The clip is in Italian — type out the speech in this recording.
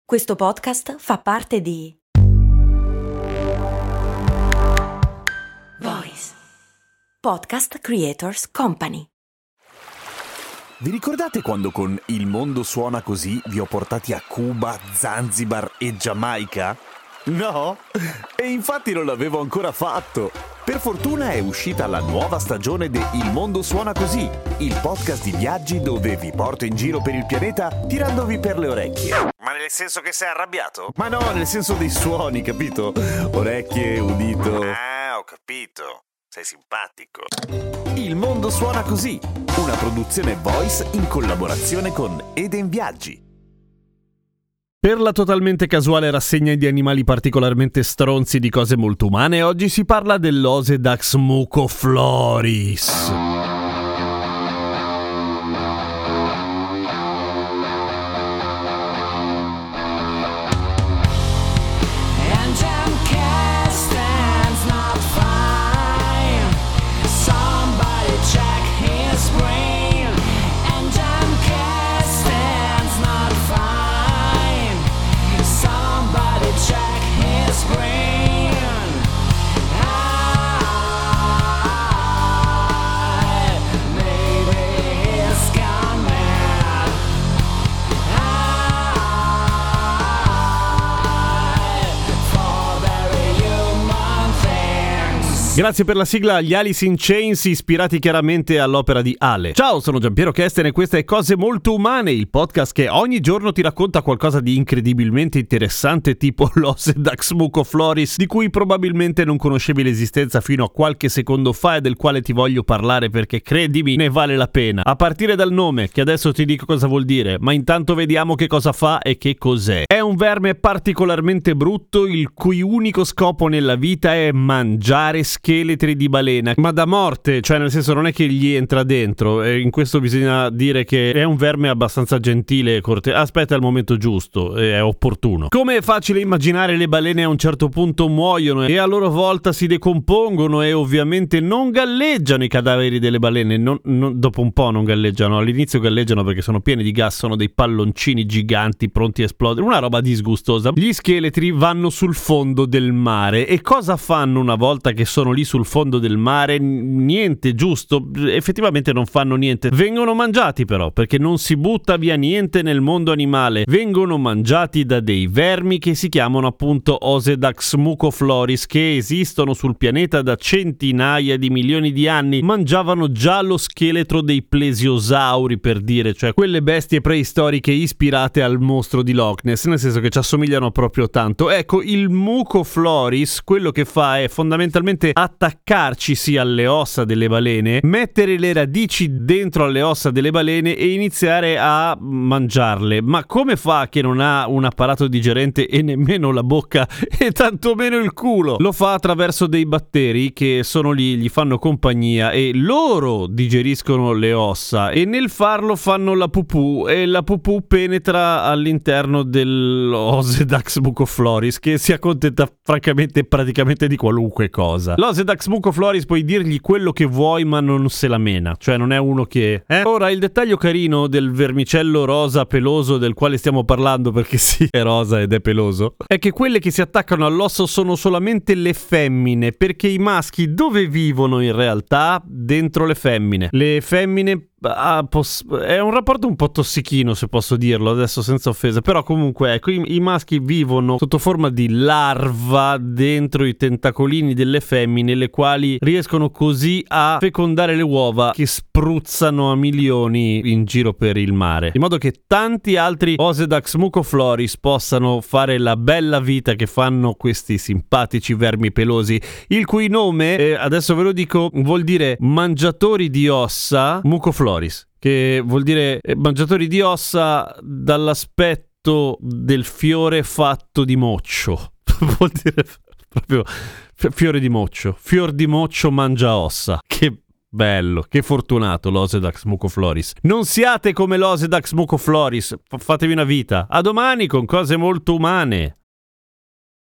Questo podcast fa parte di Voice Podcast Creators Company. Vi ricordate quando con Il mondo suona così vi ho portati a Cuba, Zanzibar e Giamaica? No? E infatti non l'avevo ancora fatto. Per fortuna è uscita la nuova stagione di Il mondo suona così, il podcast di viaggi dove vi porto in giro per il pianeta tirandovi per le orecchie. Ma nel senso che sei arrabbiato? Ma no, nel senso dei suoni, capito? Orecchie, udito. Ah, ho capito. Sei simpatico. Il mondo suona così, una produzione Voice in collaborazione con Eden Viaggi. Per la totalmente casuale rassegna di animali particolarmente stronzi di cose molto umane, oggi si parla dell'Osedax mucofloris. Grazie per la sigla agli Alice in Chains, ispirati chiaramente all'opera di Ale. Ciao, sono Giampiero Kesten e questa è Cose Molto Umane, il podcast che ogni giorno ti racconta qualcosa di incredibilmente interessante, tipo l'Osedax mucofloris, di cui probabilmente non conoscevi l'esistenza fino a qualche secondo fa e del quale ti voglio parlare perché, credimi, ne vale la pena. A partire dal nome, che adesso ti dico cosa vuol dire, ma intanto vediamo che cosa fa e che cos'è. È un verme particolarmente brutto, il cui unico scopo nella vita è mangiare scheletri di balena, ma da morte, cioè nel senso non è che gli entra dentro, e in questo bisogna dire che è un verme abbastanza gentile e cortese, aspetta il momento giusto, è opportuno. Come è facile immaginare, le balene a un certo punto muoiono e a loro volta si decompongono e ovviamente non galleggiano i cadaveri delle balene, dopo un po' non galleggiano, all'inizio galleggiano perché sono pieni di gas, sono dei palloncini giganti pronti a esplodere, una roba disgustosa. Gli scheletri vanno sul fondo del mare e cosa fanno una volta che sono lì sul fondo del mare? Niente, giusto, effettivamente non fanno niente. Vengono mangiati però, perché non si butta via niente nel mondo animale. Vengono mangiati da dei vermi che si chiamano appunto Osedax mucofloris, che esistono sul pianeta da centinaia di milioni di anni. Mangiavano già lo scheletro dei plesiosauri, per dire, cioè quelle bestie preistoriche ispirate al mostro di Loch Ness, nel senso che ci assomigliano proprio tanto. Ecco, il mucofloris quello che fa è fondamentalmente attaccarcisi alle ossa delle balene, mettere le radici dentro alle ossa delle balene e iniziare a mangiarle. Ma come fa che non ha un apparato digerente e nemmeno la bocca e tantomeno il culo? Lo fa attraverso dei batteri che sono lì, gli fanno compagnia e loro digeriscono le ossa e nel farlo fanno la pupù e la pupù penetra all'interno dell'Osedax mucofloris, che si accontenta francamente praticamente di qualunque cosa. L'Osedax mucofloris puoi dirgli quello che vuoi ma non se la mena, cioè non è uno che... Ora, il dettaglio carino del vermicello rosa peloso del quale stiamo parlando, perché sì, è rosa ed è peloso, è che quelle che si attaccano all'osso sono solamente le femmine, perché i maschi dove vivono in realtà? Dentro le femmine. Le femmine... è un rapporto un po' tossichino, se posso dirlo adesso senza offesa, però comunque ecco, i maschi vivono sotto forma di larva dentro i tentacolini delle femmine, le quali riescono così a fecondare le uova che spruzzano a milioni in giro per il mare, in modo che tanti altri Osedax mucofloris possano fare la bella vita che fanno questi simpatici vermi pelosi, il cui nome, adesso ve lo dico, vuol dire mangiatori di ossa mucofloris, che vuol dire mangiatori di ossa dall'aspetto del fiore fatto di moccio. Vuol dire proprio fiore di moccio. Fior di moccio mangia ossa. Che bello, che fortunato l'Osedax mucofloris. Non siate come l'Osedax mucofloris, fatevi una vita. A domani con Cose Molto Umane.